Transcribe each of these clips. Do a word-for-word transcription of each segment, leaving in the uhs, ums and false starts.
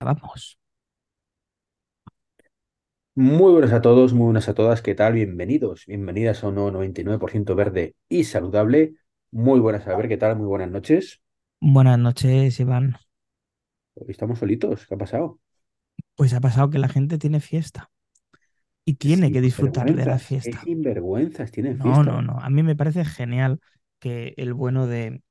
Vamos. Muy buenas a todos, muy buenas a todas, ¿qué tal? Bienvenidos, bienvenidas a un nuevo noventa y nueve por ciento verde y saludable. Muy buenas a ver, ¿qué tal? Muy buenas noches. Buenas noches, Iván. Hoy estamos solitos, ¿qué ha pasado? Pues ha pasado que la gente tiene fiesta y tiene que disfrutar de la Sinvergüenzas, qué fiesta. sinvergüenzas, tienen No, fiesta. no, no. A mí me parece genial que el bueno de,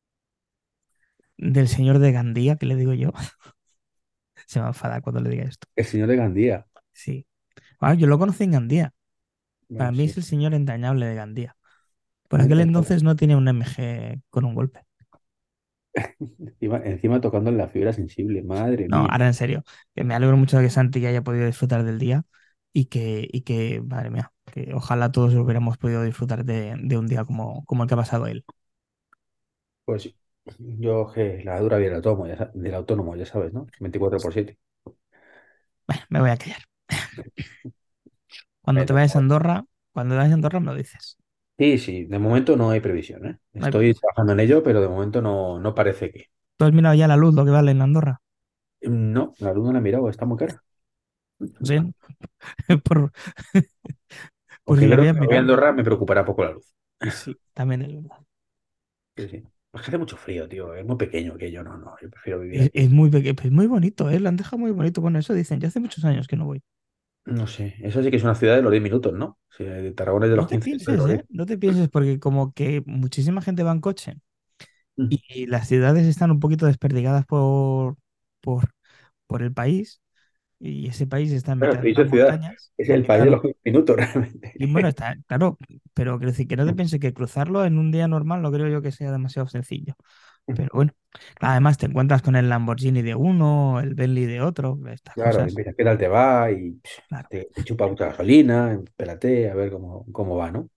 del señor de Gandía, que le digo yo, se va a enfadar cuando le diga esto. El señor de Gandía. Sí. Ah, yo lo conocí en Gandía. Para Bueno, mí sí. es el señor entrañable de Gandía. Por Eh, aquel eh, entonces no tenía un M G con un golpe. Encima, encima tocando en la fibra sensible, madre No, mía. ahora en serio, que me alegro mucho de que Santi haya podido disfrutar del día y que, y que, madre mía, que ojalá todos hubiéramos podido disfrutar de, de un día como, como el que ha pasado él. Pues yo que la dura vida del autónomo, ya, sa- del autónomo, ya sabes, ¿no? Veinticuatro por siete. Bueno, me voy a callar. Cuando te Bueno, vayas a Andorra, cuando te vayas a Andorra me lo dices. sí, sí, de momento no hay previsión, ¿eh? No hay Estoy previsión. trabajando en ello, pero de momento no, no parece que. ¿Tú has mirado ya la luz, lo que vale en Andorra? No, la luz no la he mirado, está muy cara. Sí, por, por si Aunque la creo habías que me voy a mirado. Andorra me preocupará poco la luz. Sí, también es verdad. Sí, sí. Es que hace mucho frío, tío. Es muy pequeño que yo no, no. Yo prefiero vivir Es, es aquí. muy, peque- es muy bonito, ¿eh? Lo han dejado muy bonito. Bueno, eso dicen. Yo hace muchos años que no voy. No sé. Eso sí que es una ciudad de los diez minutos, ¿no? Sí, de Tarragona es de No los te quince de pienses, los ¿eh? diez. No te pienses porque como que muchísima gente va en coche Mm. y las ciudades están un poquito desperdigadas por, por, por el país y ese país está en Claro, mitad te de he unas dicho ciudad. montañas Es el y país de los claro, quince minutos, realmente. y bueno, está claro, pero quiero decir que no te pienses que cruzarlo en un día normal no creo yo que sea demasiado sencillo. Pero bueno, además te encuentras con el Lamborghini de uno, el Bentley de otro, estas Claro, y cosas. empieza, ¿qué tal te va? Y pff, Claro. te, te chupa mucha gasolina. Espérate a ver cómo, cómo va, ¿no?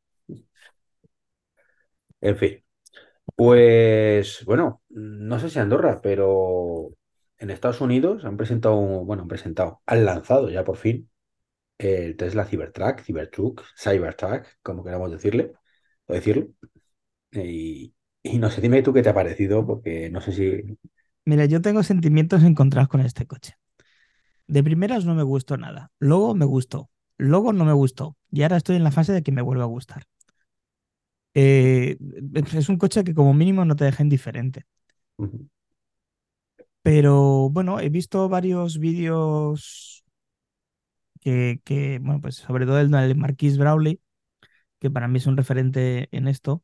En fin. Pues bueno, no sé si Andorra, pero en Estados Unidos han presentado, bueno, han presentado, han lanzado ya por fin el Tesla Cybertruck, Cybertruck, Cybertruck, como queramos decirle, o decirlo. Y, y no sé, dime tú qué te ha parecido, porque no sé si... Mira, yo tengo sentimientos encontrados con este coche. De primeras no me gustó nada. Luego me gustó. Luego no me gustó. Y ahora estoy en la fase de que me vuelva a gustar. Eh, es un coche que como mínimo no te deja indiferente. Ujú. Pero bueno, he visto varios vídeos que, que, bueno, pues sobre todo el del Marquis Brownlee, que para mí es un referente en esto.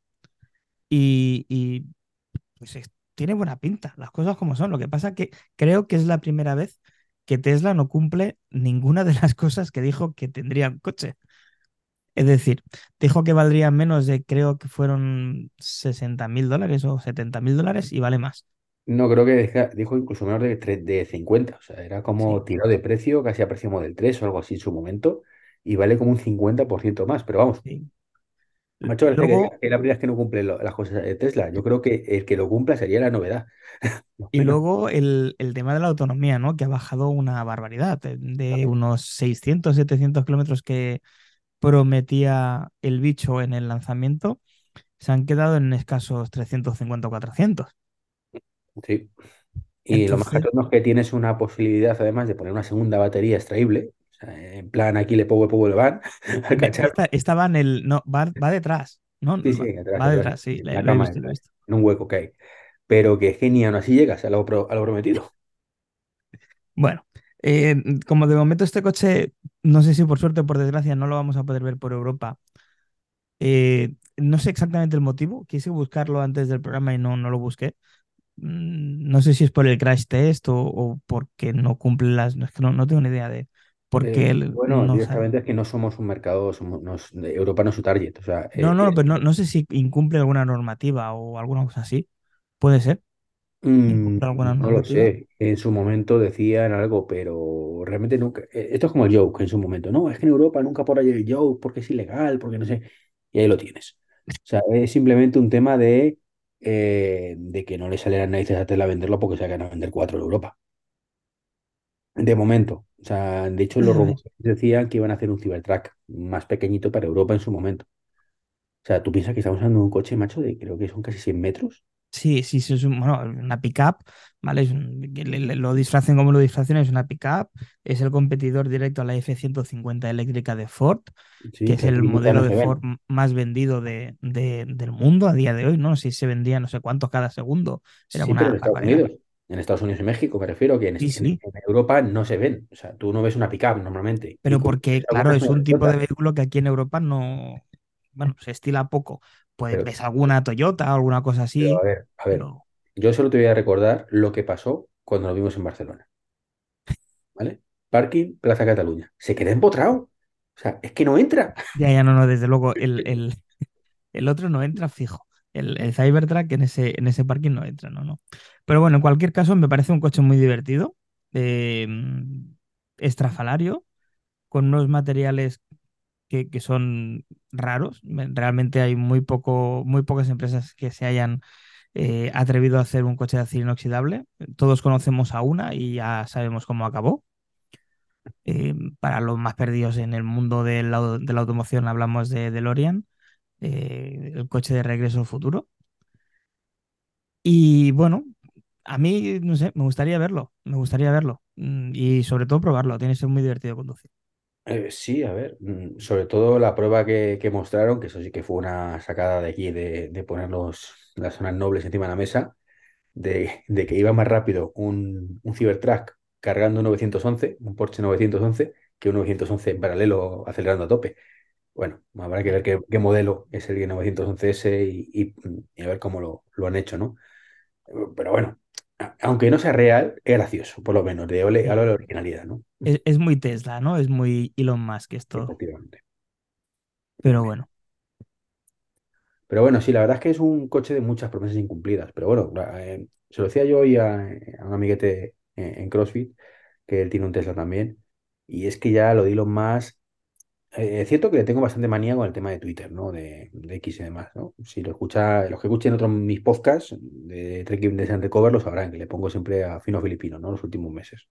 Y, y, pues es- tiene buena pinta, las cosas como son. Lo que pasa que creo que es la primera vez que Tesla no cumple ninguna de las cosas que dijo que tendría un coche. Es decir, dijo que valdría menos de, creo que fueron sesenta mil dólares o setenta mil dólares y vale más. No, creo que deja- dijo incluso menos de, tre- de cincuenta, o sea, era como Sí, tirado de precio, casi a precio Model tres o algo así en su momento, y vale como un cincuenta por ciento más, pero vamos. sí. Me ha hecho Y gracia que luego, diga que la primera vez que no cumple lo- las cosas de Tesla. Yo creo que el que lo cumpla sería la novedad. No, y menos. luego el, el tema de la autonomía, ¿no? Que ha bajado una barbaridad, de, de unos seiscientos, setecientos kilómetros que prometía el bicho en el lanzamiento, se han quedado en escasos trescientos cincuenta o cuatrocientos. Sí. Y lo más Entonces, cachondo es que tienes una posibilidad, además, de poner una segunda batería extraíble. O sea, en plan, aquí le pongo el power van al ve- ve cacharro. esta, esta va en el, no, va, va detrás, ¿no? Sí, Va, sí, atrás, va atrás, detrás, sí, en lo, la lo he cama visto, lo he detrás, visto. en un hueco que hay. Pero que genial, así llegas a lo, pro- a lo prometido. Bueno, eh, como de momento este coche, no sé si por suerte o por desgracia no lo vamos a poder ver por Europa. eh, no sé exactamente el motivo, quise buscarlo antes del programa y no, no lo busqué. Mm, No sé si es por el crash test o, o porque no cumple las... No, es que no, no tengo ni idea de por Eh, qué él bueno, no sale. directamente es que no somos un mercado, somos, nos- Europa no es su target. O sea, No, eh, no, eh, pero no, no sé si incumple alguna normativa o alguna cosa así. Puede ser, mm, incumple alguna no lo normativa. sé. En su momento decían algo, pero realmente nunca. eh, Esto es como el joke en su momento. No, es que en Europa nunca por ahí el joke porque es ilegal, porque no sé. Y ahí lo tienes. O sea, es simplemente un tema de, eh, de que no le sale las narices a Tesla venderlo porque se van a vender cuatro en Europa. De momento. O sea, de hecho, los rumores decían que iban a hacer un Cybertruck más pequeñito para Europa en su momento. O sea, tú piensas que estamos hablando de un coche, macho, de creo que son casi cien metros. Sí, sí, sí, es un- bueno, una pickup, ¿vale? Es un- que le- le- lo disfracen como lo disfracen, es una pickup, es el competidor directo a la F ciento cincuenta eléctrica de Ford, que Sí, es pero el aquí muchas modelo no de se Ford ven. m- más vendido de, de- del mundo a día de hoy, ¿no? Si se vendía no sé cuántos cada segundo, era Sí, pero una en Estados barbaridad. Unidos. En Estados Unidos y México, me refiero, que en, Sí, est- en- sí, en Europa no se ven. O sea, tú no ves una pickup normalmente. Y pero como ves porque, claro, algunas es no las un tipo de explotan. vehículo que aquí en Europa no, bueno, se estila poco. Pues Pero, ves alguna Toyota o alguna cosa pero así, a ver, a ver. pero Yo solo te voy a recordar lo que pasó cuando nos vimos en Barcelona. ¿Vale? Parking, Plaza Cataluña. Se queda empotrado. O sea, es que no entra. ya, ya no, no, desde luego, el, el, el otro no entra fijo. El, el Cybertruck en ese, en ese parking no entra, no, no. Pero bueno, en cualquier caso, me parece un coche muy divertido, eh, estrafalario, con unos materiales que, que son raros. Me- Realmente hay muy poco, muy pocas empresas que se hayan eh, atrevido a hacer un coche de acero inoxidable. Todos conocemos a una y ya sabemos cómo acabó. Eh, para los más perdidos en el mundo del au- de la automoción, hablamos de DeLorean, eh, el coche de regreso al futuro. Y bueno, a mí, no sé, me gustaría verlo, me gustaría verlo. Mm, Y sobre todo probarlo, tiene que ser muy divertido conducir. Eh, sí, a ver, mm, sobre todo la prueba que, que mostraron, que eso sí que fue una sacada de aquí, de, de poner los- las zonas nobles encima de la mesa, de, de que iba más rápido un, un Cybertruck cargando un novecientos once, un Porsche novecientos once, que un novecientos once en paralelo acelerando a tope. Bueno, habrá que Ya, ver qué, qué modelo es el novecientos once ese y, y- y a ver cómo lo, lo han hecho, ¿no? Pero bueno, a- aunque no sea real, es gracioso, por lo menos, de ole, sí. habla de la originalidad, ¿no? Es, es muy Tesla, ¿no? Es muy Elon Musk esto. Efectivamente. Pero bueno, Pero bueno, sí, la verdad es que es un coche de muchas promesas incumplidas. Pero bueno, la- eh, se lo decía yo hoy a, a un amiguete en, en CrossFit, que él tiene un Tesla también, y es que ya lo de Elon Musk, eh, es cierto que le tengo bastante manía con el tema de Twitter, ¿no? De, de X y demás, ¿no? Si lo escucha, los que escuchen otros mis podcasts de Trekking de San Recover lo sabrán, que le pongo siempre a fino filipino, ¿no? Los últimos meses.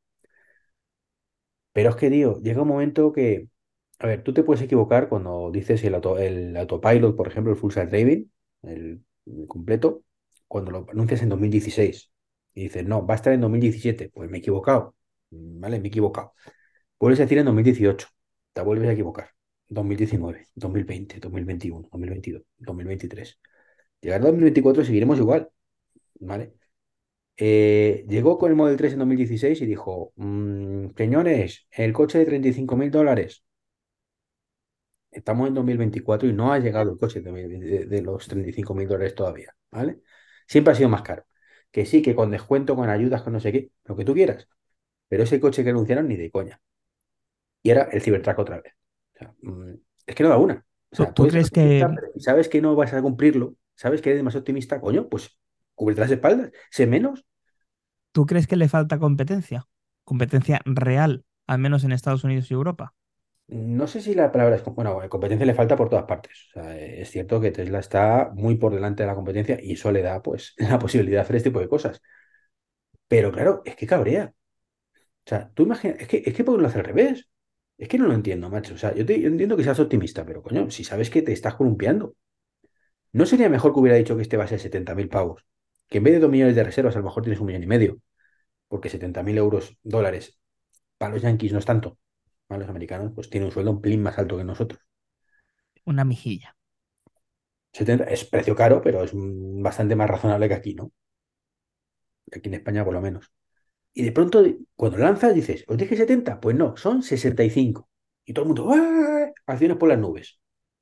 Pero es que, tío, llega un momento que, a ver, tú te puedes equivocar cuando dices el, auto, el autopilot, por ejemplo, el full self driving, el, el completo, cuando lo anuncias en dos mil dieciséis y dices, no, va a estar en dos mil diecisiete, pues me he equivocado, mm, ¿vale? Me he equivocado. Vuelves a decir en dos mil dieciocho, te vuelves a equivocar. dos mil diecinueve, dos mil veinte, dos mil veintiuno, dos mil veintidós, dos mil veintitrés. Llegar a dos mil veinticuatro seguiremos igual, ¿vale? Eh, llegó con el Model tres en dos mil dieciséis y dijo, "Mm, señores, el coche de treinta y cinco mil dólares. Estamos en dos mil veinticuatro y no ha llegado el coche de, de- de los treinta y cinco mil dólares todavía, ¿vale? Siempre ha sido más caro. Que sí, que con descuento, con ayudas, con no sé qué, lo que tú quieras. Pero ese coche que anunciaron ni de coña. Y era el Cybertruck otra vez. O sea, mm, es que no da una. O ¿tú, sea, tú puedes ser crees que optimista, pero si sabes que no vas a cumplirlo, sabes que eres demasiado optimista, coño, pues cúbrete las espaldas. Sé menos. tú crees que le falta competencia? Competencia real, al menos en Estados Unidos y Europa. No sé si la palabra es, bueno, competencia le falta por todas partes. O sea, es cierto que Tesla está muy por delante de la competencia y eso le da, pues, la posibilidad de hacer este tipo de cosas. Pero claro, es que cabrea. O sea, tú imaginas, es que, es que ¿por qué no lo hace al revés? Es que no lo entiendo, macho. O sea, yo, te, yo entiendo que seas optimista, pero coño, si sabes que te estás columpiando, ¿no sería mejor que hubiera dicho que este va a ser setenta mil pavos? Que en vez de dos millones de reservas, a lo mejor tienes un millón y medio, porque setenta mil euros dólares para los yanquis no es tanto. Para los americanos, pues tienen un sueldo un pelín más alto que nosotros. Una mejilla. setenta es precio caro, pero es mm, bastante más razonable que aquí, ¿no? Aquí en España, por lo menos. Y de pronto, cuando lanzas, dices, ¿os dije setenta? Pues no, son sesenta y cinco. Y todo el mundo, ¡ah! Acciones por las nubes.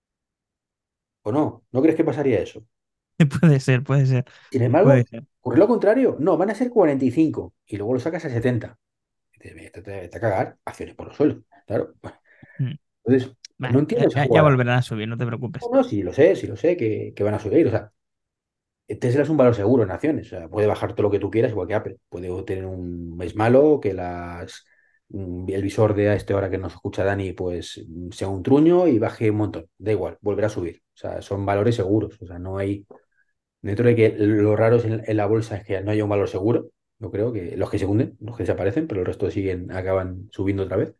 ¿O no? ¿No crees que pasaría eso? Puede ser, puede ser, Sin puede embargo, ser. ocurre lo contrario. No, van a ser cuarenta y cinco. Y cinco. Y luego lo sacas a setenta. Y te, te, te- te a cagar, acciones por los suelos. Claro. Mm. Entonces, no Vale, entiendo ya, esa ya- ya jugada. volverán a subir, no te No, preocupes. no, sí lo sé, sí lo sé, que, que van a subir. O sea, Tesla es un valor seguro en acciones. O sea, puede bajar todo lo que tú quieras, igual que Apple. Puede tener un mes malo, que las, mm, el visor de a este hora que nos escucha Dani, pues mm, sea un truño y baje un montón. Da igual, volverá a subir. O sea, son valores seguros. O sea, no hay. Dentro de que lo raro es en, en la bolsa es que no haya un valor seguro. Yo creo que los que se hunden, los que desaparecen, pero el resto siguen, acaban subiendo otra vez.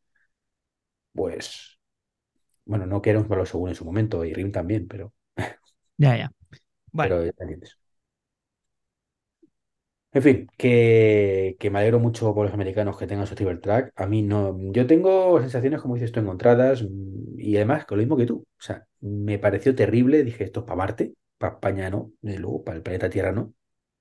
Pues, bueno, no que era un valor seguro en su momento, y R I M también, pero, Ya, ya. Bueno, pero ya entiendes. En fin, que, que me alegro mucho por los americanos que tengan su Cybertruck. A mí no. Yo tengo sensaciones, como dices tú, encontradas mm, y además con lo mismo que tú. O sea, me pareció terrible. Dije, esto es para Marte, para España no, desde luego, para el planeta Tierra no.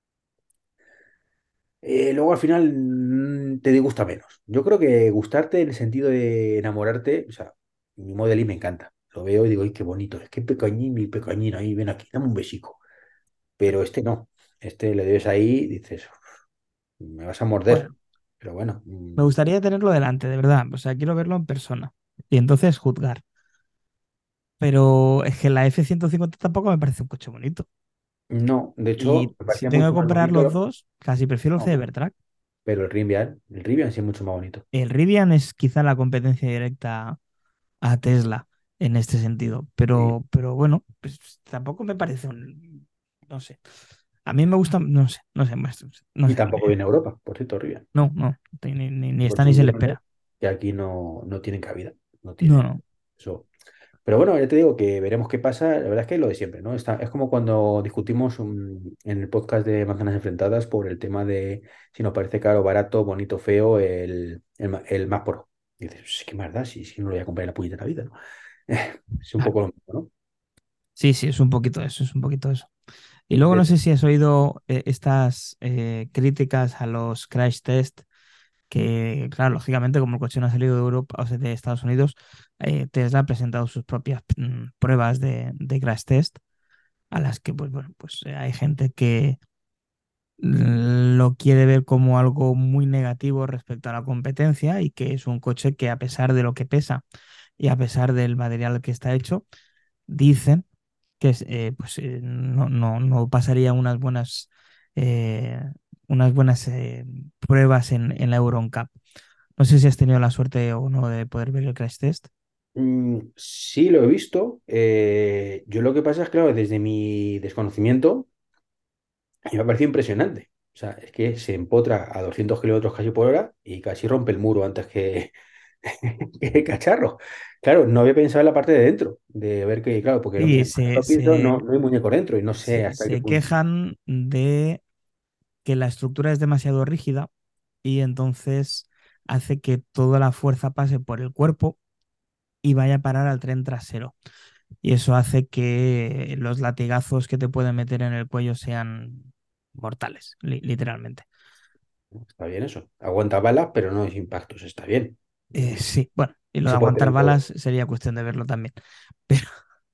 Eh, luego al final mm, te disgusta menos. Yo creo que gustarte en el sentido de enamorarte, o sea, mi Model Y me encanta. Lo veo y digo, ay, qué bonito, es que pequeñín, mi pequeñino ahí, ven aquí, dame un besico. Pero este no. Este le debes ahí y dices, me vas a morder. Bueno, Pero bueno, me mm, gustaría tenerlo delante, de verdad. O sea, quiero verlo en persona. Y entonces juzgar. Pero es que la F ciento cincuenta tampoco me parece un coche bonito. no, de hecho, Y me si parecía tengo mucho que más comparar los bonito. dos, casi prefiero el No, Cybertruck. pero el Rivian, el Rivian sí es mucho más bonito. El Rivian es quizá la competencia directa a Tesla en este sentido. Sí. Pero, pero bueno, pues tampoco me parece un... No sé. A mí me gusta, no sé, no sé, más, no Y sé. tampoco viene a Europa, por cierto, Rivian. No, no, ni, ni, ni está ni Coches se le grandes espera. que aquí no, no tienen cabida. No No, tienen. no. Eso. Pero bueno, ya te digo que veremos qué pasa. La verdad es que es lo de siempre, ¿no? Está, es como cuando discutimos um, en el podcast de Manzanas Enfrentadas por el tema de si nos parece caro, barato, bonito, feo, el, el, Ma- el Mac Pro. Y dices, "Pues, qué más da si, si no lo voy a comprar en la puñetera vida, ¿no?" Es un Claro. poco lo mismo, ¿no? Sí, sí, es un poquito eso, es un poquito eso. Y luego no De- sé si has oído eh, estas eh, críticas a los crash test, que, claro, lógicamente, como el coche no ha salido de Europa, o sea, de Estados Unidos, eh, Tesla ha presentado sus propias mm, pruebas de, de crash test, a las que, pues bueno, pues eh, hay gente que mm, lo quiere ver como algo muy negativo respecto a la competencia y que es un coche que, a pesar de lo que pesa y a pesar del material que está hecho, dicen que es, eh, pues, eh, no, no, no pasaría unas buenas, eh, unas buenas eh, pruebas en, en la Euro N C A P. No sé si has tenido la suerte o no de poder ver el crash test. Mm, sí, lo he visto. Eh, yo lo que pasa es, claro, desde mi desconocimiento, y me ha parecido impresionante. O sea, es que se empotra a doscientos kilómetros casi por hora y casi rompe el muro antes que, que el cacharro. Claro, no había pensado en la parte de dentro, de ver que, claro, porque Sí, en se, lo pienso, se, no, no hay muñeco dentro y no sé se, hasta qué se punto. quejan de que la estructura es demasiado rígida y entonces hace que toda la fuerza pase por el cuerpo y vaya a parar al tren trasero. Y eso hace que los latigazos que te pueden meter en el cuello sean mortales, li- literalmente. Está bien eso. Aguanta balas, pero no es impactos, está bien. Eh, sí, bueno, y lo de Se puede aguantar tener todo. balas sería cuestión de verlo también. Pero,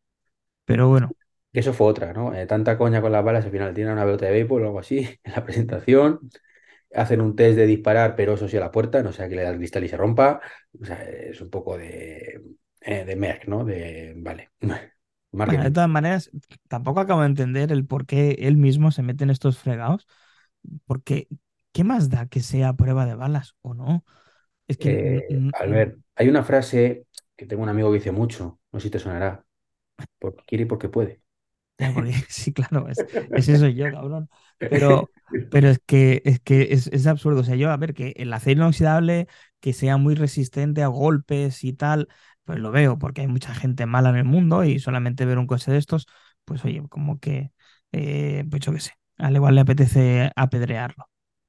pero bueno, Que eso fue otra, ¿no? Eh, tanta coña con las balas, al final tiran una pelota de béisbol o algo así en la presentación. Hacen un test de disparar, pero eso sí a la puerta, no sea que le da el cristal y se rompa. O sea, es un poco de, eh, de merc, ¿no? De, vale, bueno, de marketing. todas maneras, tampoco acabo de entender el por qué él mismo se mete en estos fregados, porque ¿qué más da que sea prueba de balas o no? Es que, mm, Eh, mm, al mm, ver, hay una frase que tengo un amigo que dice mucho, no sé si te sonará, porque quiere y porque puede. ya, porque sí, claro, es, ese soy yo, cabrón. Pero, pero es que, es que es, es absurdo. O sea, yo, a ver, que el acero inoxidable que sea muy resistente a golpes y tal, pues lo veo, porque hay mucha gente mala en el mundo y solamente ver un coche de estos, pues oye, como que, eh, pues yo qué sé, al igual le apetece apedrearlo.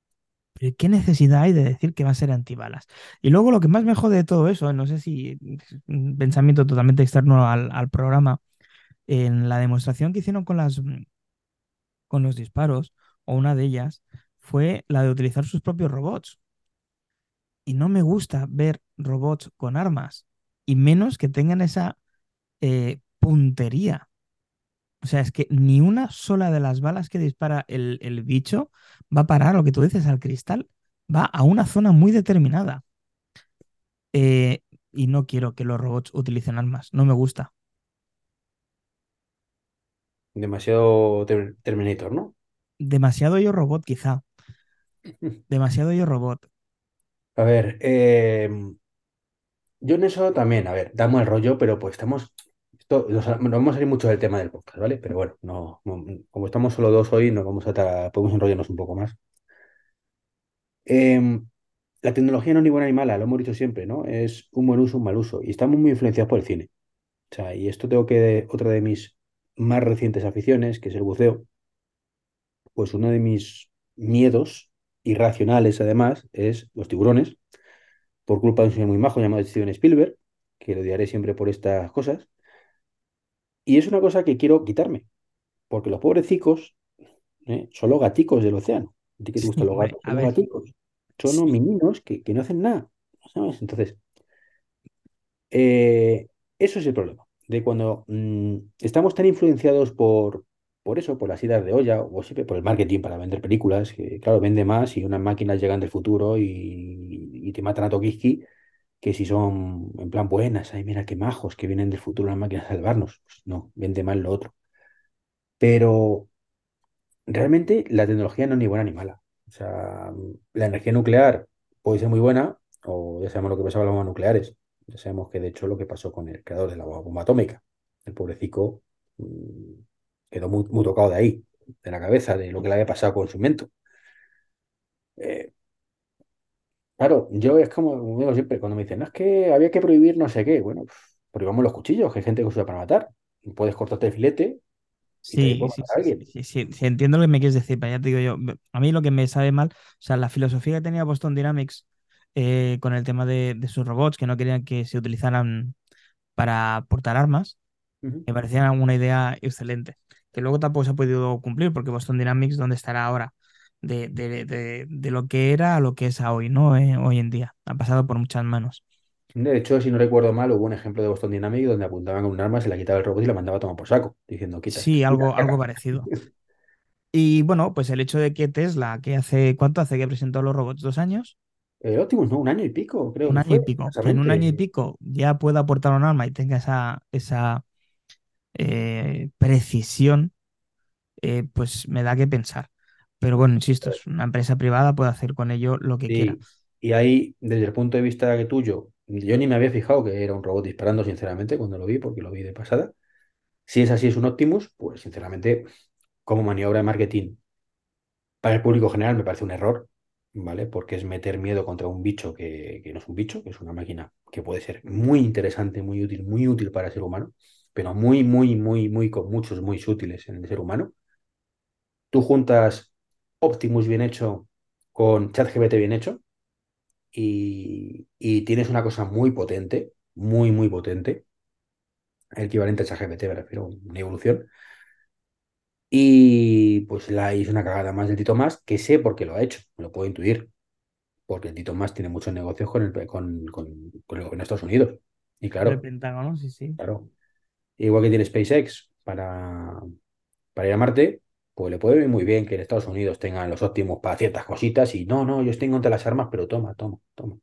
Pero ¿qué necesidad hay de decir que va a ser antibalas? Y luego lo que más me jode de todo eso, no sé si es un pensamiento totalmente externo al, al programa, en la demostración que hicieron con las con los disparos, o una de ellas, fue la de utilizar sus propios robots. Y no me gusta ver robots con armas, y menos que tengan esa eh, puntería. O sea, es que ni una sola de las balas que dispara el, el bicho va a parar, lo que tú dices, al cristal. Va a una zona muy determinada. Eh, y no quiero que los robots utilicen armas. No me gusta. Demasiado ter- Terminator, ¿no? Demasiado yo robot, quizá. Demasiado yo robot. A ver, eh, yo en eso también, a ver, damos el rollo, pero pues estamos, esto, nos, nos vamos a salir mucho del tema del podcast, ¿vale? Pero bueno, no, no- como estamos solo dos hoy, nos vamos a tra- podemos enrollarnos un poco más. Em, la tecnología no es ni buena ni mala, lo hemos dicho siempre, ¿no? Es un buen uso, un mal uso, y estamos muy influenciados por el cine. O sea, y esto tengo que, otra de mis más recientes aficiones, que es el buceo, pues uno de mis miedos irracionales, además, es los tiburones, por culpa de un señor muy majo llamado Steven Spielberg, que lo odiaré siempre por estas cosas. Y es una cosa que quiero quitarme, porque los pobrecicos, ¿eh? Son los gaticos del océano. ¿A ti qué te Sí, gustan los hombre, gatos? a Son los ver, gaticos. Son unos sí, meninos que, que no hacen nada, ¿sabes? Entonces, eh, eso es el problema, de cuando mm, estamos tan influenciados por, por eso, por las ideas de olla, o siempre por el marketing para vender películas, que claro, vende más y unas máquinas llegan del futuro y, y te matan a Tokiski, que si son en plan buenas, ay, mira qué majos que vienen del futuro las máquinas a salvarnos. Pues no, vende más lo otro. Pero realmente la tecnología no es ni buena ni mala. O sea, la energía nuclear puede ser muy buena, o ya sabemos lo que pasaba con las bombas nucleares. Ya sabemos que de hecho lo que pasó con el creador de la bomba atómica. El pobrecico mm, quedó muy, muy tocado de ahí, de la cabeza, de lo que le había pasado con su invento. Eh, claro, yo es como, como digo siempre, cuando me dicen, no, es que había que prohibir no sé qué. Bueno, pf, prohibamos los cuchillos, que hay gente que los usa para matar. Puedes cortarte el filete y también sí, puedes sí, matar a sí, sí, alguien. sí, sí, sí, entiendo lo que me quieres decir, pero ya te digo yo, me- a mí lo que me sabe mal, o sea, la filosofía que tenía Boston Dynamics eh, con el tema de, de sus robots, que no querían que se utilizaran para portar armas, Ujú. me parecía una idea excelente, que luego tampoco se ha podido cumplir, porque Boston Dynamics, ¿dónde estará ahora? De, de, de, de lo que era a lo que es a hoy, ¿no? Eh, hoy en día. Ha pasado por muchas manos. De hecho, si no recuerdo mal, hubo un ejemplo de Boston Dynamics donde apuntaban con un arma, se la quitaba el robot y la mandaba a tomar por saco, diciendo, quita esto, Sí, quita, algo, algo saca. parecido. Y bueno, pues el hecho de que Tesla, que hace, ¿cuánto hace que presentó los robots? ¿Dos años? Eh, Optimus, ¿no? Un año y pico, creo Un que año y fue, pico. Que en un año y escasamente. pico ya pueda aportar un arma y tenga esa, esa eh, precisión, eh, pues me da que pensar. Pero bueno, insisto, es una empresa privada, puede hacer con ello lo que quiera. Sí. Y ahí, desde el punto de vista que tuyo, yo ni me había fijado que era un robot disparando, sinceramente, cuando lo vi, porque lo vi de pasada. Si es así, es un Optimus, pues sinceramente, como maniobra de marketing para el público general me parece un error, ¿vale? Porque es meter miedo contra un bicho que, que no es un bicho, que es una máquina que puede ser muy interesante, muy útil, muy útil para el ser humano, pero muy, muy, muy, muy, con muchos muy útiles en el ser humano. Tú juntas Optimus bien hecho con ChatGPT bien hecho y, y tienes una cosa muy potente, muy, muy potente, el equivalente a ChatGPT, me refiero, una evolución. Y pues la hizo una cagada más del Tito Más, que sé por qué lo ha hecho, me lo puedo intuir porque el Tito Más tiene muchos negocios con el, con, con, con el gobierno de Estados Unidos. Y El claro, Pentágono, sí, sí. claro, igual que tiene SpaceX para, para ir a Marte, pues le puede ir muy bien que en Estados Unidos tengan los óptimos para ciertas cositas y no, no, yo estoy en contra de las armas, pero toma, toma, toma.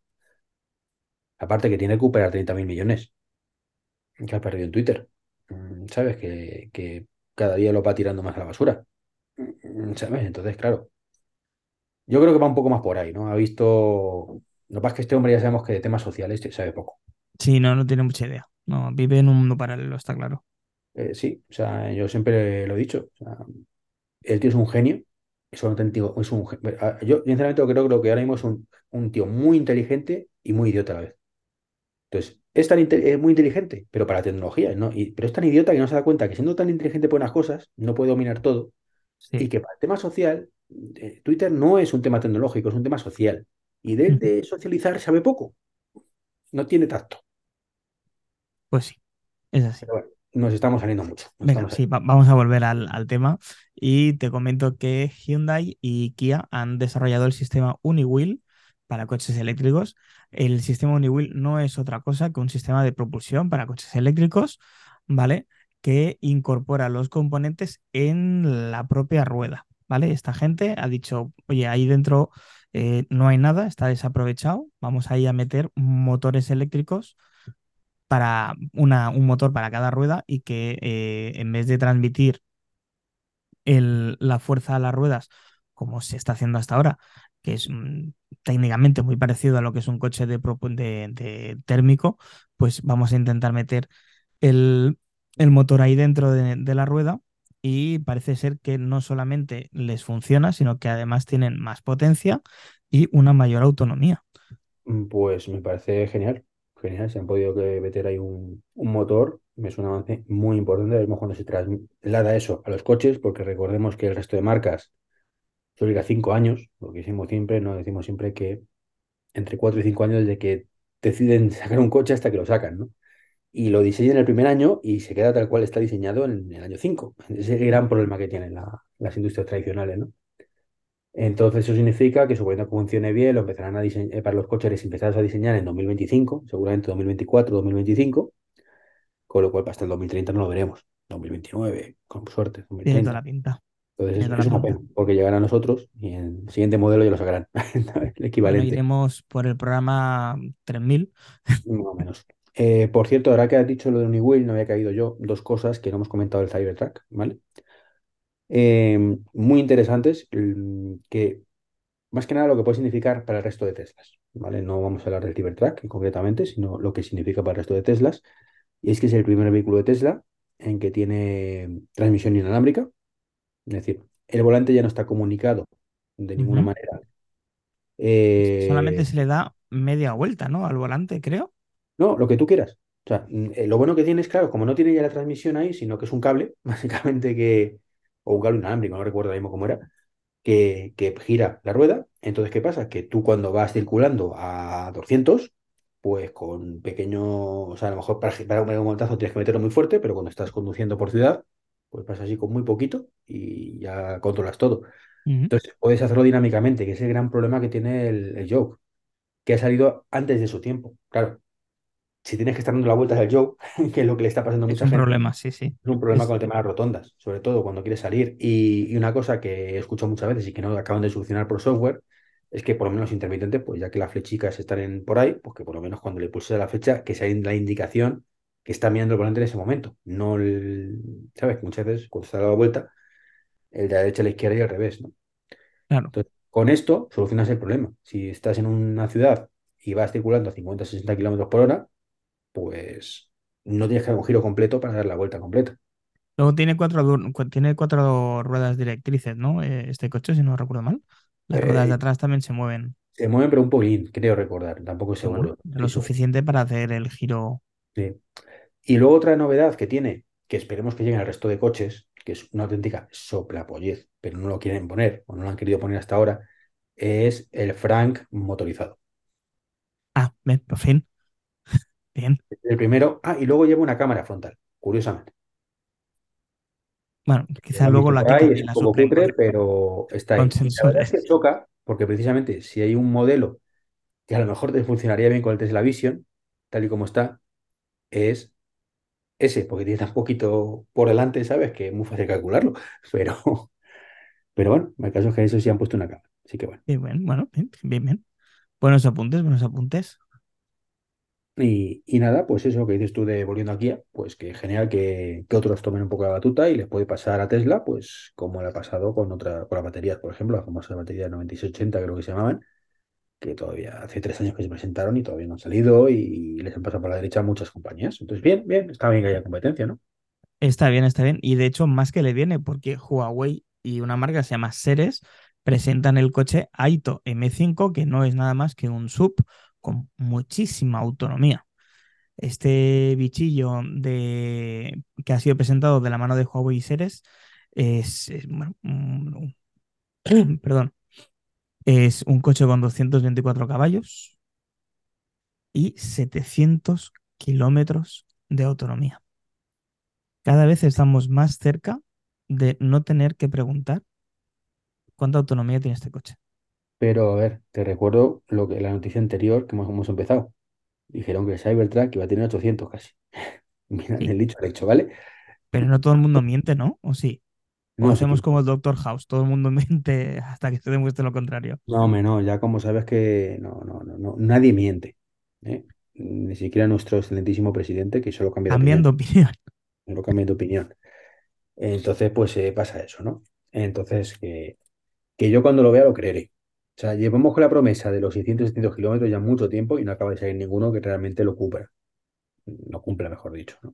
Aparte que tiene que recuperar treinta mil millones que ha perdido en Twitter. Mm, ¿Sabes? Que, que cada día lo va tirando más a la basura. Mm, ¿Sabes? Entonces, claro, yo creo que va un poco más por ahí, ¿no? Ha visto... Lo que pasa es que este hombre ya sabemos que de temas sociales sabe poco. Sí, no, no tiene mucha idea. No, vive en un mundo paralelo, está claro. Eh, sí, o sea, yo siempre lo he dicho. O sea, el tío es un genio, es un auténtico, es un, ge- ah, yo sinceramente creo, creo que ahora mismo es un, un tío muy inteligente y muy idiota a la vez. Entonces, es tan inte- es muy inteligente, pero para la tecnología, ¿no? Y, pero es tan idiota que no se da cuenta que siendo tan inteligente por unas cosas, no puede dominar todo. Y Sí. que para el tema social, eh, Twitter no es un tema tecnológico, es un tema social. Y de, Ujú. de socializar sabe poco, no tiene tacto. Pues sí, es así. Pero bueno, nos estamos saliendo mucho, nos Venga, estamos sí, saliendo. va- vamos a volver al, al tema y te comento que Hyundai y Kia han desarrollado el sistema UniWheel para coches eléctricos. El sistema UniWheel no es otra cosa que un sistema de propulsión para coches eléctricos, ¿vale? Que incorpora los componentes en la propia rueda, ¿vale? Esta gente ha dicho, oye, ahí dentro eh, no hay nada, está desaprovechado, vamos ahí a meter motores eléctricos para una, un motor para cada rueda y que eh, en vez de transmitir el- la fuerza a las ruedas, como se está haciendo hasta ahora, que es mm, técnicamente muy parecido a lo que es un coche de, propu- de- de térmico, pues vamos a intentar meter el, el motor ahí dentro de, de la rueda y parece ser que no solamente les funciona, sino que además tienen más potencia y una mayor autonomía. Mm, Pues me parece genial, genial. Se han podido que meter ahí un, un motor, es un avance muy importante. Veremos cuando se traslada eso a los coches, porque recordemos que el resto de marcas suele ir a cinco años, lo que decimos siempre, no decimos siempre que entre cuatro y cinco años desde que deciden sacar un coche hasta que lo sacan, ¿no? Y lo diseñan el primer año y se queda tal cual está diseñado en el año cinco. Ese es el gran problema que tienen la- las industrias tradicionales, ¿no? Entonces eso significa que suponiendo que funcione bien, lo empezarán a diseñar para los coches, les empezarás a diseñar en dos mil veinticinco, seguramente dos mil veinticuatro, dos mil veinticinco, con lo cual hasta el dos mil treinta no lo veremos. dos mil veintinueve, con suerte, Tiene toda dos mil treinta. la pinta. Entonces Tiene es, toda es la una pinta. pena, porque llegará a nosotros y en el siguiente modelo ya lo sacarán, el Bueno, equivalente. iremos por el programa tres mil. Más o menos. Eh, por cierto, ahora que has dicho lo de Uniwheel, no había caído yo, dos cosas que no hemos comentado del Cybertruck, ¿vale? Eh, muy interesantes, mm, que más que nada lo que puede significar para el resto de Teslas, ¿vale? No vamos a hablar del Cybertruck concretamente, sino lo que significa para el resto de Teslas. Y es que es el primer vehículo de Tesla en que tiene transmisión inalámbrica, es decir, el volante ya no está comunicado de ninguna Ujú. manera. Eh, Solamente se le da media vuelta, ¿no? Al volante, creo. No, lo que tú quieras. O sea, mm, eh, lo bueno que tiene es, claro, como no tiene ya la transmisión ahí, sino que es un cable, básicamente que, o un cable inalámbrico, no recuerdo ahora mismo cómo era, que, que gira la rueda. Entonces, ¿qué pasa? Que tú cuando vas circulando a doscientos, pues con pequeño, o sea, a lo mejor para, para un montazo tienes que meterlo muy fuerte, pero cuando estás conduciendo por ciudad, pues pasa así con muy poquito y ya controlas todo. Ujú. Entonces, puedes hacerlo dinámicamente, que es el gran problema que tiene el, el Yoke, que ha salido antes de su tiempo. Claro, si tienes que estar dando la vuelta al Joe, que es lo que le está pasando a Es mucha un gente, problema, sí, sí. es un problema con Es, el tema de las rotondas, sobre todo cuando quieres salir. Y, y una cosa que he escuchado muchas veces y que no acaban de solucionar por software es que por lo menos intermitente, pues ya que las flechicas están en, por ahí, pues que por lo menos cuando le pulses a la flecha, que sea la indicación que está mirando el volante en ese momento. No el, ¿sabes? Que muchas veces cuando se da la vuelta, el de la derecha a la izquierda y al revés, ¿no? claro. Entonces, con esto solucionas el problema. Si estás en una ciudad y vas circulando a cincuenta sesenta kilómetros por hora, pues no tienes que dar un giro completo para dar la vuelta completa. Luego tiene cuatro, du- cu- tiene cuatro ruedas directrices, ¿no? Eh, Este coche, si no recuerdo mal. Las ruedas de Eh, atrás también se mueven. Se mueven, pero un poquín, creo recordar, tampoco es Y bueno, seguro. lo Eso, suficiente para hacer el giro. sí. Y luego otra novedad que tiene, que esperemos que lleguen al resto de coches, que es una auténtica soplapollez, pero no lo quieren poner, o no lo han querido poner hasta ahora, es el Frank motorizado. Ah, ven, por fin. Bien. El primero, ah, y luego lleva una cámara frontal, curiosamente. Bueno, Lo quizá han luego visto la por ahí, quitan y es un la poco suplen cutre, con, pero está con ahí. Y la verdad es que sensores. choca, porque precisamente si hay un modelo que a lo mejor te funcionaría bien con el Tesla Vision, tal y como está, es ese, porque tiene tan poquito por delante, ¿sabes? Que es muy fácil calcularlo. Pero, pero bueno, el caso es que eso sí han puesto una cámara. Así que bueno. Y bueno, bueno, bien, bien, bien. Buenos apuntes, buenos apuntes. Y, y nada, pues eso que dices tú de volviendo aquí, pues que genial que, que otros tomen un poco la batuta y les puede pasar a Tesla, pues como le ha pasado con otra, con las baterías, por ejemplo, las famosas baterías noventa y seis ochenta creo que se llamaban, que todavía hace tres años que se presentaron y todavía no han salido y les han pasado por la derecha a muchas compañías. Entonces, bien, bien, está bien que haya competencia, ¿no? Está bien, está bien. Y de hecho, más que le viene, porque Huawei y una marca que se llama Seres presentan el coche Aito M cinco, que no es nada más que un sub con muchísima autonomía. Este bichillo de, que ha sido presentado de la mano de Huawei y Seres es, es, bueno, un- un- perdón, es un coche con doscientos veinticuatro caballos y setecientos kilómetros de autonomía. Cada vez estamos más cerca de no tener que preguntar cuánta autonomía tiene este coche. Pero a ver, te recuerdo lo que la noticia anterior que hemos, hemos empezado. Dijeron que el Cybertruck iba a tener ochocientos casi. Mira, Sí, del dicho al hecho, ¿vale? pero no todo el mundo miente, ¿no? ¿O sí? O No, sí, hacemos tú. como el Doctor House, todo el mundo miente hasta que se demuestre lo contrario. No, hombre, no, ya como sabes que no, no, no, no, nadie miente, ¿eh? Ni siquiera nuestro excelentísimo presidente, que solo cambia de opinión, Cambiando opinión. solo cambia de opinión. Entonces, pues eh, pasa eso, ¿no? Entonces, que, que yo cuando lo vea lo creeré. O sea, llevamos con la promesa de los seiscientos setecientos kilómetros ya mucho tiempo y no acaba de salir ninguno que realmente lo cumpla, lo cumpla, mejor dicho, ¿no?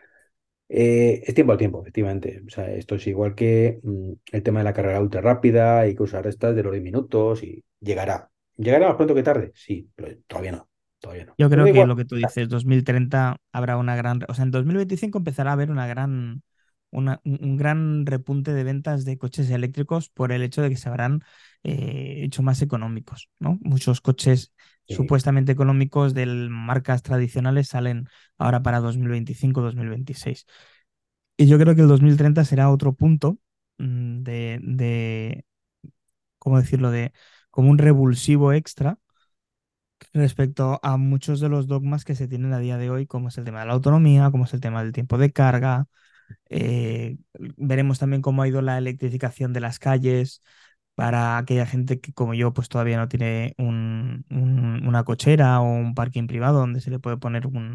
Eh, es tiempo al tiempo, efectivamente. O sea, esto es igual que mm, el tema de la carrera ultra rápida y cosas de estas de los diez minutos y llegará. ¿Llegará más pronto que tarde? Sí, pero todavía no, todavía no. Yo Pero creo da que igual. lo que tú dices, dos mil treinta habrá una gran, o sea, en dos mil veinticinco empezará a haber una gran, una- un un gran repunte de ventas de coches eléctricos por el hecho de que se habrán eh, hecho más económicos, ¿no? Muchos coches Sí. supuestamente económicos de marcas tradicionales salen ahora para dos mil veinticinco, dos mil veintiséis. Y yo creo que el dos mil treinta será otro punto mm, de, de, ¿cómo decirlo?, de como un revulsivo extra respecto a muchos de los dogmas que se tienen a día de hoy, como es el tema de la autonomía, como es el tema del tiempo de carga. Eh, veremos también cómo ha ido la electrificación de las calles para aquella gente que, como yo, pues todavía no tiene un- un- una cochera o un parking privado donde se le puede poner un,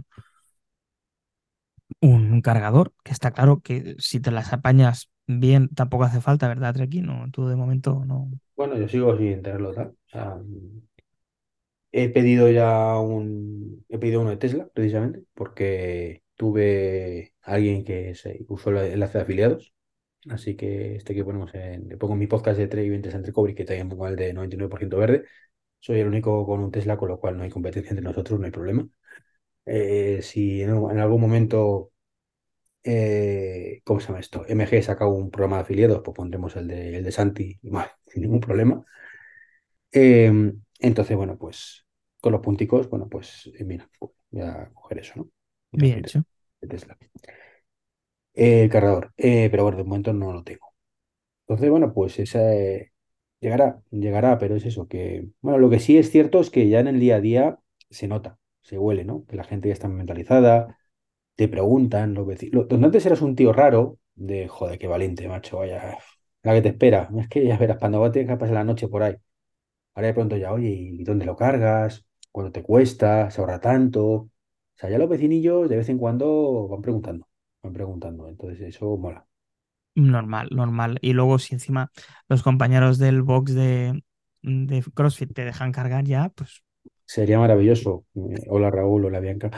un- un cargador, que está claro que si te las apañas bien, tampoco hace falta, ¿verdad, Treki? No, tú de momento no. Bueno, yo sigo sin tenerlo tal. O sea, he pedido ya un, he pedido uno de Tesla, precisamente, porque tuve alguien que se usó el enlace de afiliados. Así que este que ponemos en, le pongo mi podcast de Trade y Ventas entre Cobre, que también pongo el de noventa y nueve por ciento verde. Soy el único con un Tesla, con lo cual no hay competencia entre nosotros, no hay problema. Eh, si en, en algún momento, eh, ¿cómo se llama esto? M G saca un programa de afiliados, pues pondremos el de, el de Santi, y vale, sin ningún problema. Eh, entonces, bueno, pues con los punticos, bueno, pues eh, mira, voy a coger eso, ¿no? Mira, Bien mira, hecho. de Tesla. Eh, el cargador, eh, pero bueno, de momento no lo tengo. Entonces, bueno, pues esa eh, llegará, llegará, pero es eso, que, bueno, lo que sí es cierto es que ya en el día a día se nota, se huele, ¿no? Que la gente ya está mentalizada, te preguntan, los vecinos. Donde antes eras un tío raro, de joder, qué valiente, macho, vaya, la que te espera. Es que ya verás, cuando te pasar la noche por ahí. Ahora de pronto ya, oye, ¿y dónde lo cargas? ¿Cuánto te cuesta? ¿Se ahorra tanto? O sea, ya los vecinillos de vez en cuando van preguntando, van preguntando. Entonces eso mola. Normal, normal. Y luego si encima los compañeros del box de, de CrossFit te dejan cargar ya, pues Sería maravilloso. Eh, hola Raúl, hola Bianca.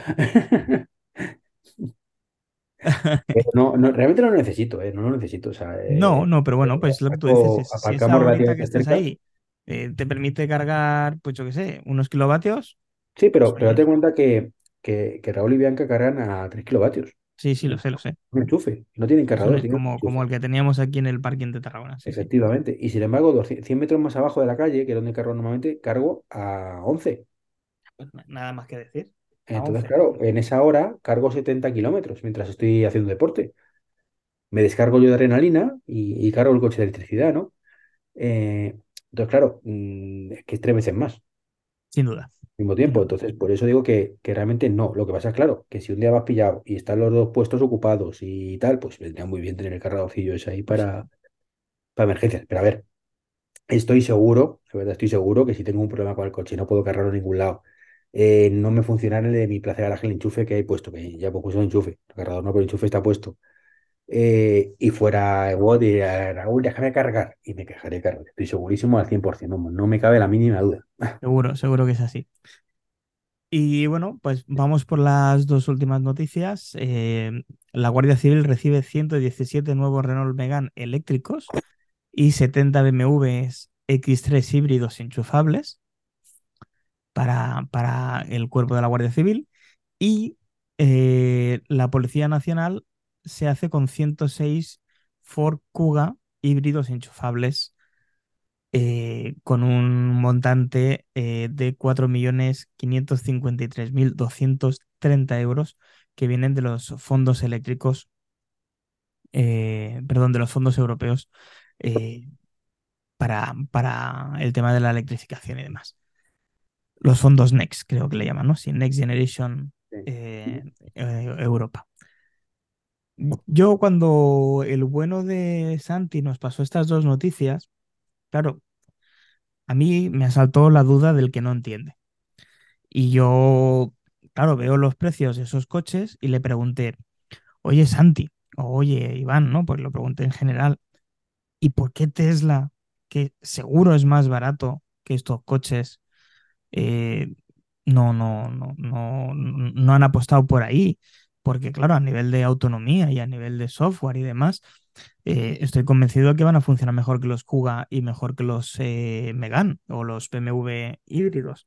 Pero no, no, realmente no lo necesito, ¿eh? No lo necesito. O sea, no, eh, no, pero bueno, pues lo que tú dices aparco- es, si esa aparcamos horita que relativamente estés cerca. ahí eh, te permite cargar, pues yo qué sé, unos kilovatios, Sí, pues pero, pero date oye, cuenta que, que, que Raúl y Bianca cargan a tres kilovatios. sí, sí, lo Un sé, lo sé. un enchufe. No tienen Es un- cargador, tienen un como, como el enchufe. que teníamos aquí en el parking de Tarragona, sí, sí. Efectivamente. Y sin embargo, doscientos cien metros más abajo de la calle, que es donde cargo normalmente, cargo a once. Pues na- nada más que decir. A Entonces, once. claro, en esa hora cargo setenta kilómetros mientras estoy haciendo deporte. Me descargo yo de adrenalina y, y cargo el coche de electricidad, ¿no? Eh, entonces, claro, mm, es que es tres veces más al Sin duda, mismo sin tiempo. duda. Entonces, por eso digo que, que realmente no. Lo que pasa es, claro, que si un día vas pillado y están los dos puestos ocupados y tal, pues vendría muy bien tener el cargadorcillo ese ahí Pues sí. para, para emergencias. Pero a ver, estoy seguro, de verdad estoy seguro que si tengo un problema con el coche y no puedo cargarlo en ningún lado, eh, no me funcionará el de mi plaza de garaje el enchufe que hay puesto, que ya pues puesto el enchufe. El cargador no, pero el enchufe está puesto. Eh, y fuera WOD y diría, Raúl, déjame cargar. Y me quejaré, cargar. Estoy segurísimo al cien por ciento, vamos, no me cabe la mínima duda. Seguro, seguro que es así. Y bueno, pues vamos por las dos últimas noticias. Eh, la Guardia Civil recibe ciento diecisiete nuevos Renault Megane eléctricos y setenta B M Ws X tres híbridos enchufables para, para el cuerpo de la Guardia Civil. Y eh, la Policía Nacional se hace con ciento seis Ford Kuga híbridos enchufables eh, con un montante eh, de cuatro millones quinientos cincuenta y tres mil doscientos treinta euros que vienen de los fondos eléctricos, eh, perdón, de los fondos europeos eh, para, para el tema de la electrificación y demás. Los fondos Next, creo que le llaman, ¿no? Sí, Next Generation Sí. eh, eh, Europa. Yo cuando el bueno de Santi nos pasó estas dos noticias, claro, a mí me asaltó la duda del que no entiende. Y yo, claro, veo los precios de esos coches y le pregunté, oye Santi, o oye Iván, ¿no? Pues lo pregunté en general, ¿y por qué Tesla, que seguro es más barato que estos coches, eh, no, no, no, no, no han apostado por ahí? Porque claro, a nivel de autonomía y a nivel de software y demás, eh, estoy convencido de que van a funcionar mejor que los Kuga y mejor que los eh, Megane o los B M W híbridos.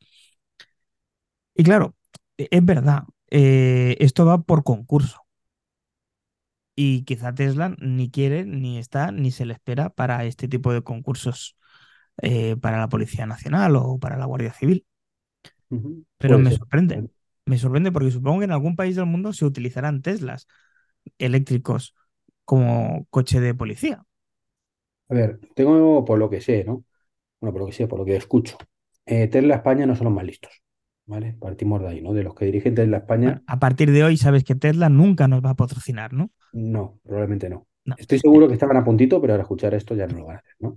Y claro, e- es verdad, eh, esto va por concurso. y quizá Tesla ni quiere, ni está, ni se le espera para este tipo de concursos eh, para la Policía Nacional o para la Guardia Civil. Ujú. Pero Puede me ser. sorprende. Me sorprende porque supongo que en algún país del mundo se utilizarán Teslas eléctricos como coche de policía. A ver, tengo por lo que sé, ¿no? Bueno, por lo que sé, por lo que escucho. Eh, Tesla España no son los más listos, ¿vale? Partimos de ahí, ¿no? De los que dirigen Tesla Bueno, España, a partir de hoy sabes que Tesla nunca nos va a patrocinar, ¿no? no, probablemente no. No. Estoy Eh, seguro que estaban a puntito, pero al escuchar esto ya no lo van a hacer, ¿no?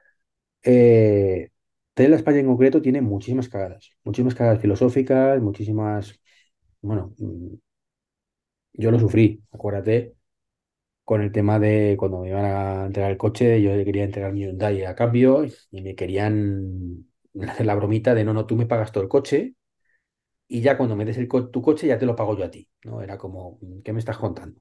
Eh, Tesla España en concreto tiene muchísimas cagadas, muchísimas cagadas filosóficas, muchísimas, bueno, mm, yo lo sufrí, acuérdate, con el tema de cuando me iban a entregar el coche, yo le quería entregar mi Hyundai a cambio y me querían hacer la bromita de no, no, tú me pagas todo el coche y ya cuando me des el co- tu coche ya te lo pago yo a ti, ¿no? Era como, ¿qué me estás contando?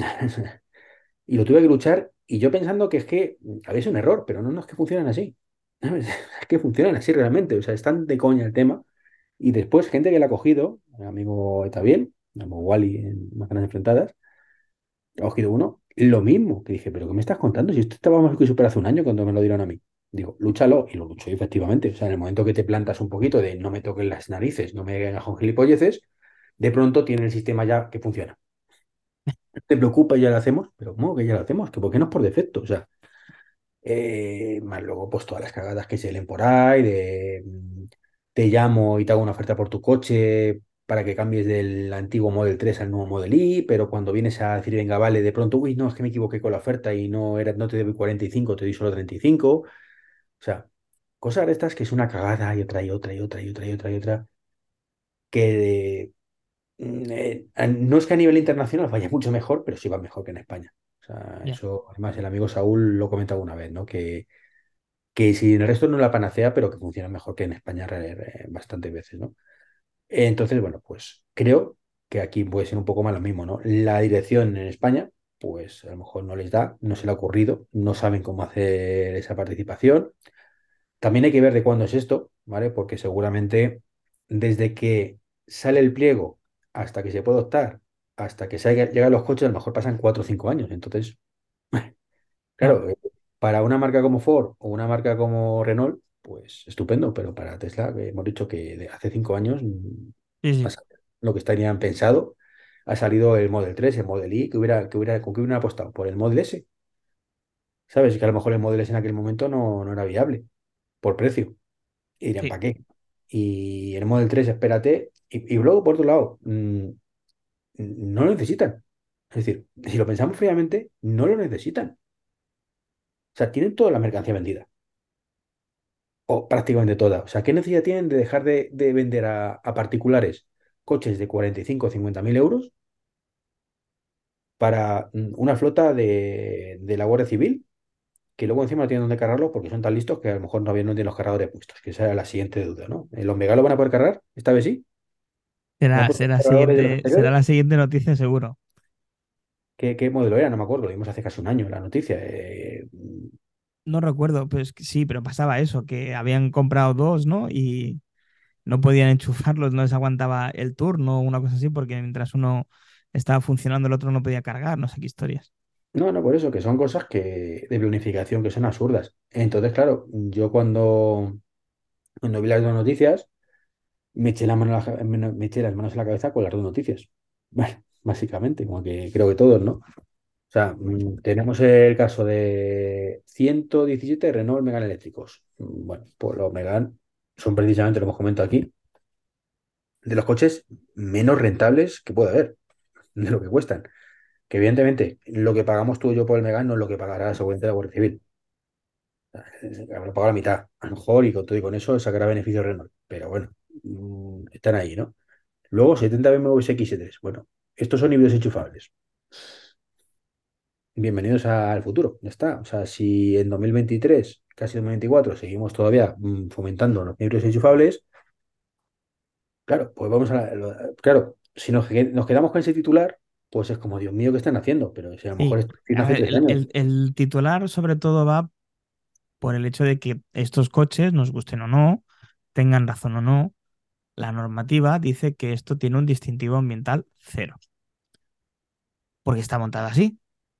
Y lo tuve que luchar y yo pensando que es que había sido un error, pero no, no es que funcionan así. ¿Sabes? Es que funcionan así realmente, o sea, están de coña el tema. Y después gente que la ha cogido, el amigo Etabiel, el amigo Wally en Máquinas Enfrentadas, ha cogido uno, lo mismo, que dije, pero ¿qué me estás contando? Si esto estaba más que super hace un año cuando me lo dieron a mí. Digo, lúchalo, y lo lucho y efectivamente. O sea, en el momento que te plantas un poquito de no me toquen las narices, no me vengas con gilipolleces, de pronto tiene el sistema ya que funciona. No te preocupa, ya lo hacemos, pero ¿cómo que ya lo hacemos? Que ¿por qué no es por defecto? O sea, eh, más luego, pues todas las cagadas que se leen por ahí, de mm, te llamo y te hago una oferta por tu coche para que cambies del antiguo Model tres al nuevo Model Y, pero cuando vienes a decir, venga, vale, de pronto, uy, no, es que me equivoqué con la oferta y no, era, no te doy cuarenta y cinco, te doy solo treinta y cinco. O sea, cosas de estas que es una cagada y otra y otra y otra y otra y otra y otra, que mm, eh, a- no es que a nivel internacional vaya mucho mejor, pero sí va mejor que en España. O sea, ya, eso, además, el amigo Saúl lo comentó alguna vez, ¿no? Que que si en el resto no es la panacea, pero que funciona mejor que en España re- re- bastantes veces, ¿no? Entonces, bueno, pues creo que aquí puede ser un poco más lo mismo, ¿no? La dirección en España, pues a lo mejor no les da, no se le ha ocurrido, no saben cómo hacer esa participación. También hay que ver de cuándo es esto, ¿vale? Porque seguramente desde que sale el pliego hasta que se puede optar, hasta que se llegan los coches, a lo mejor pasan cuatro o cinco años. Entonces, claro. claro, eh, para una marca como Ford o una marca como Renault, pues estupendo, pero para Tesla, que hemos dicho que de hace cinco años, mm, Sí, ha sí, salido lo que estarían pensado, ha salido el Model tres, el Model Y, que hubiera, que hubiera, ¿con qué hubieran apostado? Por el Model S, ¿sabes? Que a lo mejor el Model S en aquel momento no, no era viable por precio. Y dirían, sí, ¿para qué? Y el Model tres, espérate. Y, y luego, por otro lado, mm, no lo necesitan. Es decir, si lo pensamos fríamente, no lo necesitan. O sea, tienen toda la mercancía vendida. O prácticamente toda. O sea, ¿qué necesidad tienen de dejar de, de vender a, a particulares coches de cuarenta y cinco o cincuenta mil euros para mm, una flota de, de la Guardia Civil? Que luego encima no tienen dónde cargarlo porque son tan listos que a lo mejor todavía no tienen los cargadores puestos, que esa era la siguiente duda, ¿no? ¿El Omega lo van a poder cargar? Esta vez sí. ¿Me ha será, puesto los será cargadores de los siguiente, será anteriores? la siguiente noticia seguro. ¿Qué, qué modelo era? No me acuerdo, lo vimos hace casi un año la noticia. Eh, No recuerdo, pues que sí, pero pasaba eso, que habían comprado dos, ¿no? Y no podían enchufarlos, no les aguantaba el turno o una cosa así, porque mientras uno estaba funcionando, el otro no podía cargar, no sé qué historias. no, no, por eso, que son cosas que de planificación que son absurdas. Entonces, claro, yo cuando, cuando vi las dos noticias, me eché la mano a la- me me eché las manos en la cabeza con las dos noticias. Bueno, básicamente, como que creo que todos, ¿no? O sea, mm, tenemos el caso de ciento diecisiete Renault Megane eléctricos. Mm, Bueno, pues los Megane son precisamente, lo hemos comentado aquí, de los coches menos rentables que puede haber, de lo que cuestan. Que evidentemente lo que pagamos tú y yo por el Megane no es lo que pagará seguramente la Guardia Civil. Eh, Habrá pagado la mitad, a lo mejor, y con todo y con eso sacará beneficio Renault. Pero bueno, mm, están ahí, ¿no? Luego, setenta B M Ws X tres. Bueno, estos son híbridos enchufables. Bienvenidos al futuro, ya está. O sea, si en dos mil veintitrés, casi dos mil veinticuatro, seguimos todavía mm, fomentando los híbridos enchufables, claro, pues vamos a... la- lo- claro, si nos, que- nos quedamos con ese titular, pues es como, Dios mío, ¿qué están haciendo? Pero si a lo mejor Sí, esto lo hicieron a hace ver, tres el, años. el- el titular sobre todo va por el hecho de que estos coches, nos gusten o no, tengan razón o no, la normativa dice que esto tiene un distintivo ambiental cero, porque está montado así.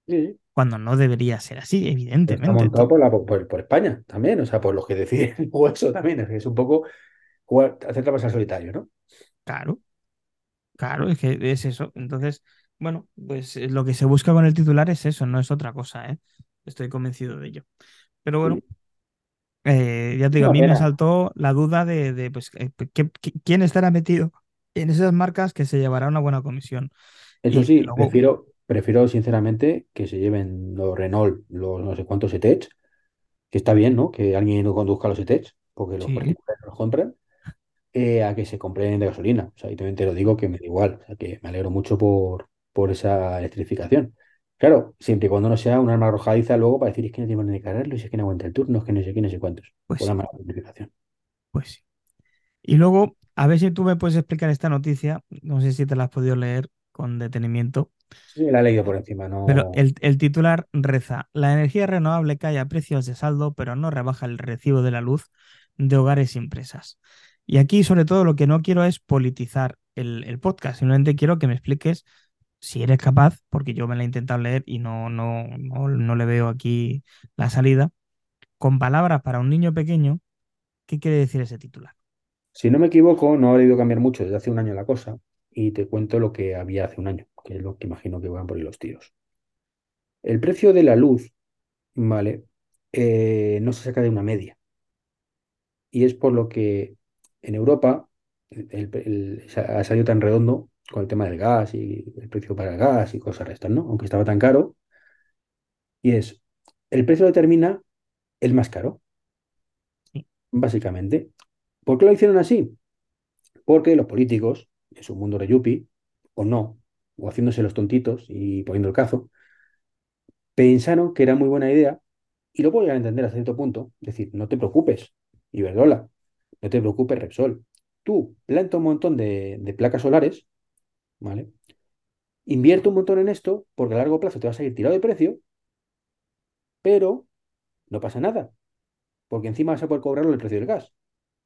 Sí, cuando no debería ser así, está evidentemente. montado To- por, la, por, por España también, o sea, por los que deciden o eso también, es que es un poco jugar, hacer trampas al solitario, ¿no? Claro, claro, es que es eso. Entonces, bueno, pues eh, lo que se busca con el titular es eso, no es otra cosa, ¿eh? Estoy convencido de ello. Pero bueno, Sí. eh, ya te Es digo, a una mí me pena. asaltó la duda de, de, pues, eh, ¿qué- qué- quién estará metido en esas marcas que se llevará una buena comisión. Eso Y desde sí, luego, prefiero, prefiero sinceramente que se lleven los Renault, los no sé cuántos E-Tech, que está bien, ¿no? Que alguien no conduzca los E-Tech, porque los sí, particulares no los compran, eh, a que se compren de gasolina. O sea, y también te lo digo que me da igual. O sea, que me alegro mucho por, por esa electrificación. Claro, siempre y cuando no sea un arma arrojadiza luego para decir es que no tiene manera de cargarlo, y es que no aguanta el turno, es que no sé qué, no sé cuántos. pues Por la sí, mala electrificación. pues sí. Y luego, a ver si tú me puedes explicar esta noticia, no sé si te la has podido leer con detenimiento. Sí, la he leído por encima, Pero no. el, el titular reza, la energía renovable cae a precios de saldo, pero no rebaja el recibo de la luz de hogares y empresas. Y aquí, sobre todo, lo que no quiero es politizar el, el podcast, simplemente quiero que me expliques si eres capaz, porque yo me la he intentado leer y no, no, no, no le veo aquí la salida, con palabras para un niño pequeño, ¿qué quiere decir ese titular? Si no me equivoco, no ha debido cambiar mucho desde hace un año la cosa, y te cuento lo que había hace un año, que es lo que imagino que van por ahí los tiros. El precio de la luz, ¿vale? Eh, no se saca de una media. Y es por lo que en Europa el- el- se ha salido tan redondo con el tema del gas y el precio para el gas y cosas de estas, ¿no? Aunque estaba tan caro. Y es, el precio lo determina el más caro, Sí, básicamente. ¿Por qué lo hicieron así? Porque los políticos, en su mundo de yuppie, o no, o haciéndose los tontitos y poniendo el cazo, pensaron que era muy buena idea, y lo puedo llegar a entender hasta cierto punto. Es decir, no te preocupes, Iberdrola, no te preocupes, Repsol. Tú planta un montón de, de placas solares, ¿vale? Invierte un montón en esto, porque a largo plazo te vas a ir tirado de precio, pero no pasa nada, porque encima vas a poder cobrarlo el precio del gas,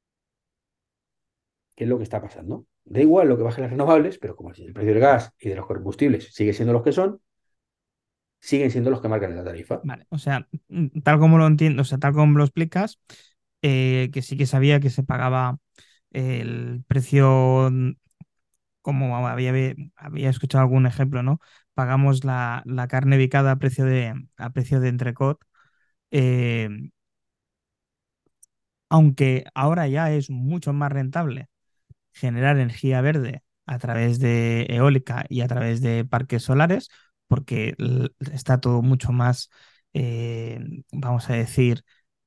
que es lo que está pasando. Da igual lo que bajen las renovables, pero como el precio del gas y de los combustibles sigue siendo los que son, siguen siendo los que marcan la tarifa. vale, o sea, mm, tal como lo entiendo, o sea, tal como lo explicas, eh, que sí que sabía que se pagaba el precio, mm, como había, había escuchado algún ejemplo, ¿no? Pagamos la, la carne picada a precio de, a precio de entrecot, eh, aunque ahora ya es mucho más rentable generar energía verde a través de eólica y a través de parques solares, porque l- está todo mucho más, eh, vamos a decir,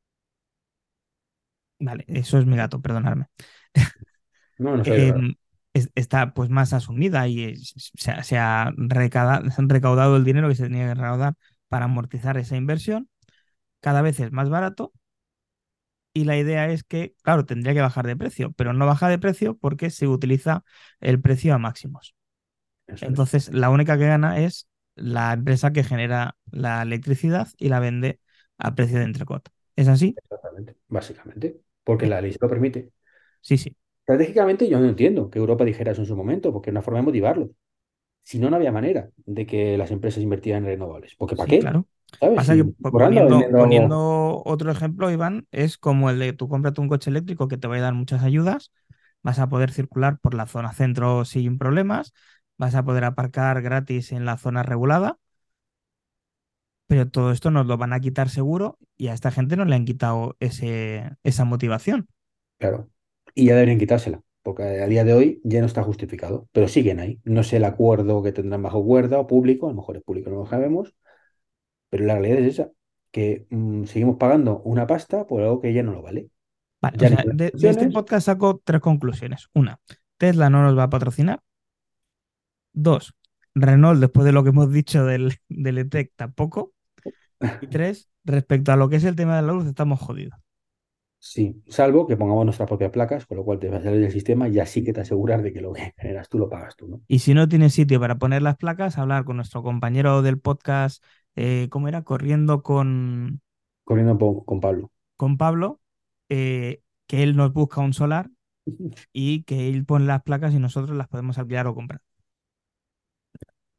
vale, eso es mi gato, perdonadme. No, no soy raro. em, es- está pues más asumida y es- se, ha se ha recada- se han recaudado el dinero que se tenía que recaudar para amortizar esa inversión. Cada vez es más barato y la idea es que, claro, tendría que bajar de precio, pero no baja de precio porque se utiliza el precio a máximos. Eso es. Entonces, la única que gana es la empresa que genera la electricidad y la vende a precio de entrecot. ¿Es así? Exactamente. Básicamente. Porque Bien, la ley se lo permite. sí, sí, Estratégicamente yo no entiendo que Europa dijera eso en su momento, porque es una forma de motivarlo. Si no, no había manera de que las empresas invirtieran en renovables. Porque ¿para sí, qué? claro. ¿Sabes? Pasa que Si po- por anda poniendo, vendiendo. poniendo otro ejemplo, Iván, es como el de tú cómprate un coche eléctrico que te va a dar muchas ayudas, vas a poder circular por la zona centro sin problemas, vas a poder aparcar gratis en la zona regulada, pero todo esto nos lo van a quitar seguro y a esta gente no le han quitado ese, esa motivación. Claro. Y ya deberían quitársela, porque a día de hoy ya no está justificado, pero siguen ahí. No sé el acuerdo que tendrán bajo cuerda o público, a lo mejor es público, no lo sabemos, pero la realidad es esa, que mm, seguimos pagando una pasta por algo que ya no lo vale. Vale, o Ya no sea, hay de, de este opciones, podcast saco tres conclusiones. Una, Tesla no nos va a patrocinar. Dos, Renault, después de lo que hemos dicho del, del E-Tech, tampoco. Y tres, respecto a lo que es el tema de la luz, estamos jodidos. sí, salvo que pongamos nuestras propias placas, con lo cual te vas a salir del sistema y así que te aseguras de que lo que generas tú lo pagas tú, ¿no? Y si no tienes sitio para poner las placas, hablar con nuestro compañero del podcast, eh, ¿cómo era? Corriendo con, Corriendo po- con Pablo. con Pablo, eh, que él nos busca un solar y que él pone las placas y nosotros las podemos alquilar o comprar.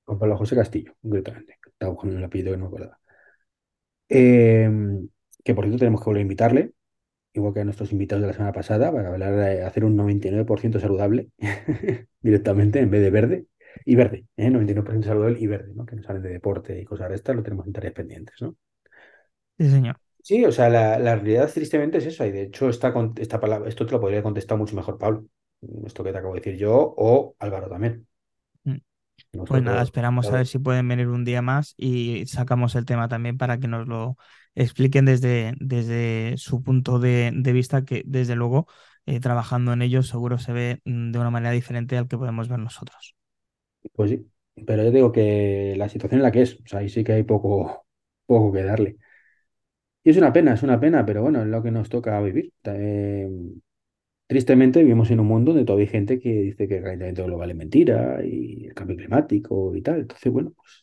Juan Pablo José Castillo, concretamente. Estaba buscando el apellido que no me acordaba. Eh, que por cierto tenemos que volver a invitarle, igual que a nuestros invitados de la semana pasada, para hablar de hacer un noventa y nueve por ciento saludable directamente en vez de verde. Y verde, ¿eh? noventa y nueve por ciento saludable y verde, ¿no? Que nos salen de deporte y cosas de estas, lo tenemos en tareas pendientes, ¿no? Sí, señor. Sí, o sea, la, la realidad tristemente es eso. Y de hecho, esta, con- esta palabra, esto te lo podría contestar mucho mejor Pablo. Esto que te acabo de decir yo, o Álvaro también. Mm. Pues nada, Nosotros, esperamos a ver claro, si pueden venir un día más y sacamos el tema también para que nos lo expliquen desde, desde su punto de, de vista, que desde luego, eh, trabajando en ello, seguro se ve mm, de una manera diferente al que podemos ver nosotros. pues sí. Pero yo digo que la situación en la que es, o sea, ahí sí que hay poco, poco que darle. Y es una pena, es una pena, pero bueno, es lo que nos toca vivir. Eh, tristemente vivimos en un mundo donde todavía hay gente que dice que el calentamiento global es mentira y el cambio climático y tal. Entonces, bueno, pues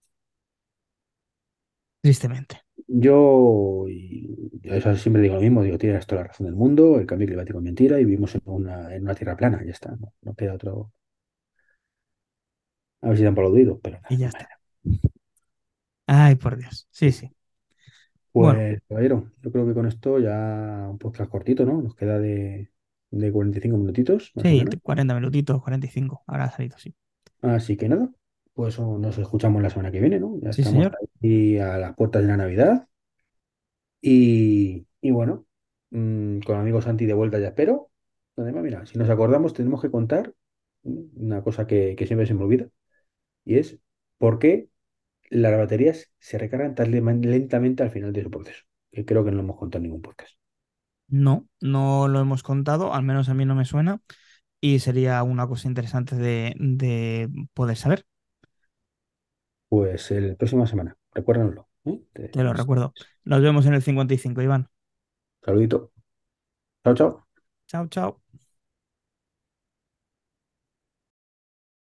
Tristemente. yo, y yo eso siempre digo lo mismo, digo, tienes toda la razón del mundo, el cambio climático es mentira y vivimos en una, en una tierra plana, ya está, no, no queda otro. A ver si dan por los oídos, pero Y nada, ya no está. manera. Ay, por Dios. Sí, sí. Bueno, Pues, caballero, yo creo que con esto ya un podcast cortito, ¿no? Nos queda de, de cuarenta y cinco minutitos, más o sí, menos. cuarenta minutitos, cuarenta y cinco. Ahora ha salido, sí. Así que nada, pues oh, nos escuchamos la semana que viene, ¿no? Ya Sí, estamos señor. ahí a las puertas de la Navidad y, y bueno, mm, con amigos Santi de vuelta ya espero. Además, mira, si nos acordamos tenemos que contar una cosa que, que siempre se me olvida y es por qué las baterías se recargan tan le- lentamente al final de su proceso, que creo que no lo hemos contado en ningún podcast. No, no lo hemos contado, al menos a mí no me suena, y sería una cosa interesante de, de poder saber. Pues el próxima semana, recuérdanoslo, ¿eh? Te- Te lo recuerdo. Nos vemos en el cincuenta y cinco, Iván. Saludito. Chao, chao. Chao, chao.